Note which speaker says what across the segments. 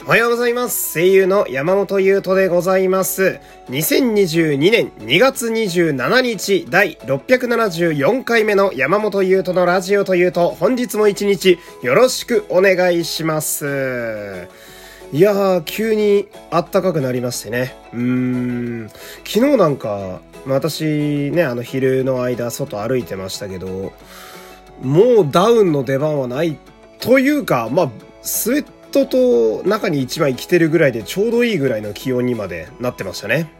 Speaker 1: おはようございます。声優の山本優斗でございます。2022年2月27日第674回目の山本優斗のラジオというと、本日も一日よろしくお願いします。いやー、急に暖かくなりましてね。昨日なんか、私ね、昼の間外歩いてましたけど、もうダウンの出番はないというか、スウェットと中に一枚着てるぐらいでちょうどいいぐらいの気温にまでなってましたね。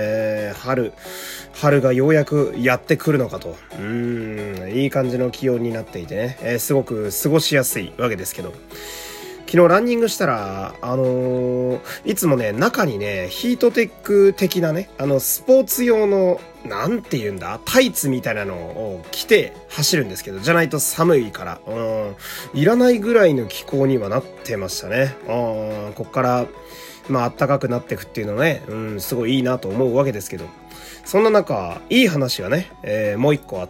Speaker 1: 春がようやくやってくるのかと。いい感じの気温になっていてね、すごく過ごしやすいわけですけど。昨日ランニングしたら、いつもね、中にね、ヒートテック的なね、スポーツ用の、なんて言うんだ、タイツみたいなのを着て走るんですけど、じゃないと寒いから、いらないぐらいの気候にはなってましたね。こっから、暖かくなっていくっていうのね、すごいいいなと思うわけですけど、そんな中、いい話がね、もう一個あって、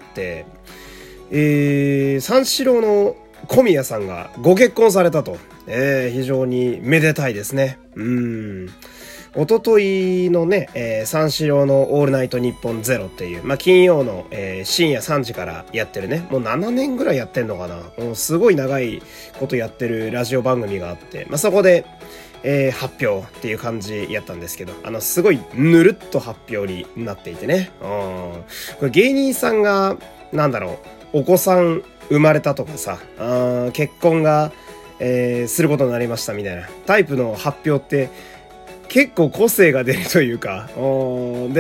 Speaker 1: 三四郎の小宮さんがご結婚されたと。非常にめでたいですね。おとといのね、三四郎のオールナイトニッポンゼロっていう、金曜の、深夜3時からやってるね、もう7年ぐらいやってんのかな。もうすごい長いことやってるラジオ番組があって、そこで、発表っていう感じやったんですけど、すごいぬるっと発表になっていてね。これ芸人さんが、お子さん生まれたとかさ、結婚が、することになりましたみたいなタイプの発表って結構個性が出るというか、で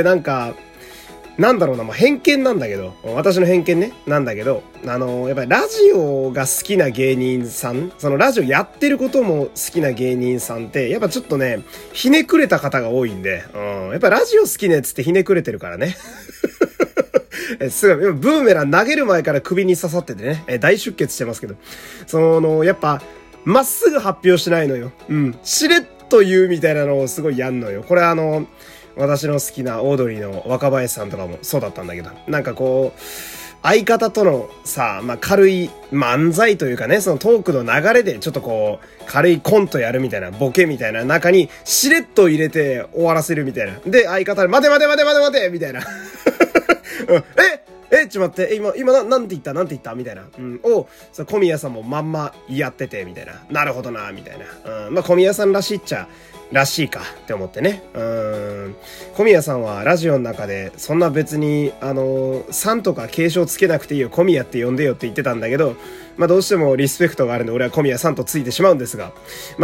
Speaker 1: 偏見なんだけど、私の偏見ね、なんだけど、やっぱりラジオが好きな芸人さん、そのラジオやってることも好きな芸人さんって、やっぱちょっとね、ひねくれた方が多いんで、やっぱラジオ好きなやつってひねくれてるからね。すごい、ブーメラン投げる前から首に刺さっててね、大出血してますけど、やっぱ、まっすぐ発表しないのよ。しれっと言うみたいなのをすごいやんのよ。これ私の好きなオードリーの若林さんとかもそうだったんだけど、相方とのさ、軽い漫才というかね、そのトークの流れでちょっと軽いコントやるみたいな、ボケみたいな中に、しれっと入れて終わらせるみたいな。で、相方で、待てみたいな。ちょっと待って、今なんて言ったみたいな。小宮さんもまんまやってて、みたいな。なるほどな、みたいな。小宮さんらしいっちゃ、らしいかって思ってね。小宮さんはラジオの中で、そんな別に、さんとか継承つけなくていいよ、小宮って呼んでよって言ってたんだけど、どうしてもリスペクトがあるんで、俺は小宮さんとついてしまうんですが、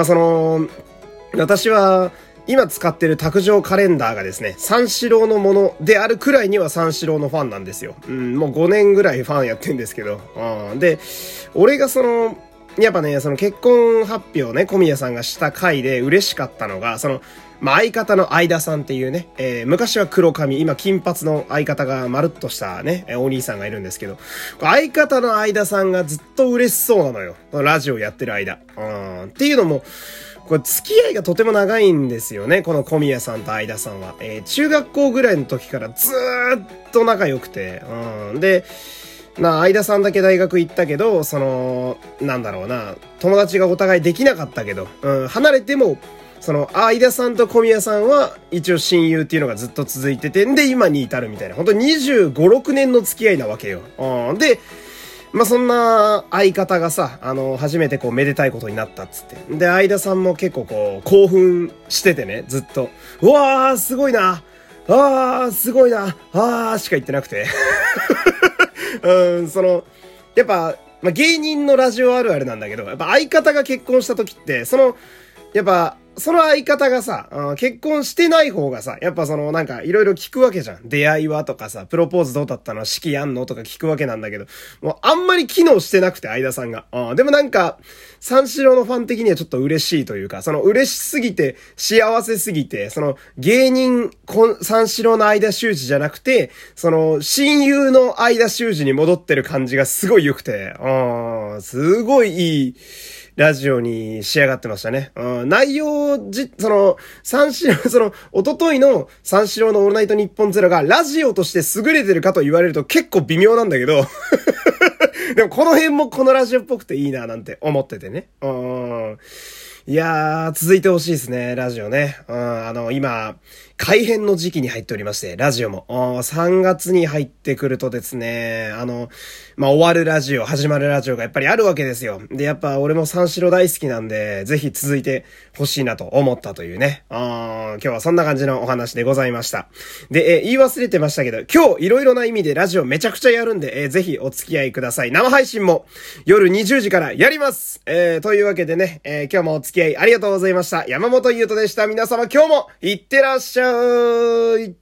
Speaker 1: 私は、今使ってる卓上カレンダーがですね、三四郎のものであるくらいには三四郎のファンなんですよ。もう5年ぐらいファンやってんですけど。で、俺がやっぱね、結婚発表ね、小宮さんがした回で嬉しかったのが、相方の相田さんっていうね、昔は黒髪、今金髪の相方がまるっとしたね、お兄さんがいるんですけど、相方の相田さんがずっと嬉しそうなのよ。ラジオやってる間。っていうのも、これ付き合いがとても長いんですよね、この小宮さんと相田さんは。中学校ぐらいの時からずーっと仲良くて、で、相田さんだけ大学行ったけど、友達がお互いできなかったけど、離れても、相田さんと小宮さんは一応親友っていうのがずっと続いてて、で、今に至るみたいな、本当に25、6年の付き合いなわけよ。で、そんな相方がさ、初めてめでたいことになったっつって。で、相田さんも結構興奮しててね、ずっと。うわー、すごいな。すごいな。しか言ってなくて。やっぱ、芸人のラジオあるあるなんだけど、やっぱ相方が結婚した時って、やっぱ、その相方がさ、結婚してない方がさ、やっぱいろいろ聞くわけじゃん。出会いはとかさ、プロポーズどうだったの？式やんのとか聞くわけなんだけど、もうあんまり機能してなくて、相田さんが。でも三四郎のファン的にはちょっと嬉しいというか、嬉しすぎて、幸せすぎて、芸人、三四郎の間修二じゃなくて、親友の間修二に戻ってる感じがすごい良くて、すごいいい、ラジオに仕上がってましたね。内容三四郎、一昨日の三四郎のオールナイトニッポンゼロがラジオとして優れてるかと言われると結構微妙なんだけど、でもこの辺もこのラジオっぽくていいななんて思っててね。 いやー、続いてほしいですね、ラジオね。今、改編の時期に入っておりまして、ラジオも。3月に入ってくるとですね、終わるラジオ、始まるラジオがやっぱりあるわけですよ。で、やっぱ俺も三四郎大好きなんで、ぜひ続いてほしいなと思ったというね。今日はそんな感じのお話でございました。で、言い忘れてましたけど、今日いろいろな意味でラジオめちゃくちゃやるんで、ぜひお付き合いください。生配信も夜20時からやります。というわけでね、今日もお付き合いありがとうございました。山本優斗でした。皆様今日もいってらっしゃい。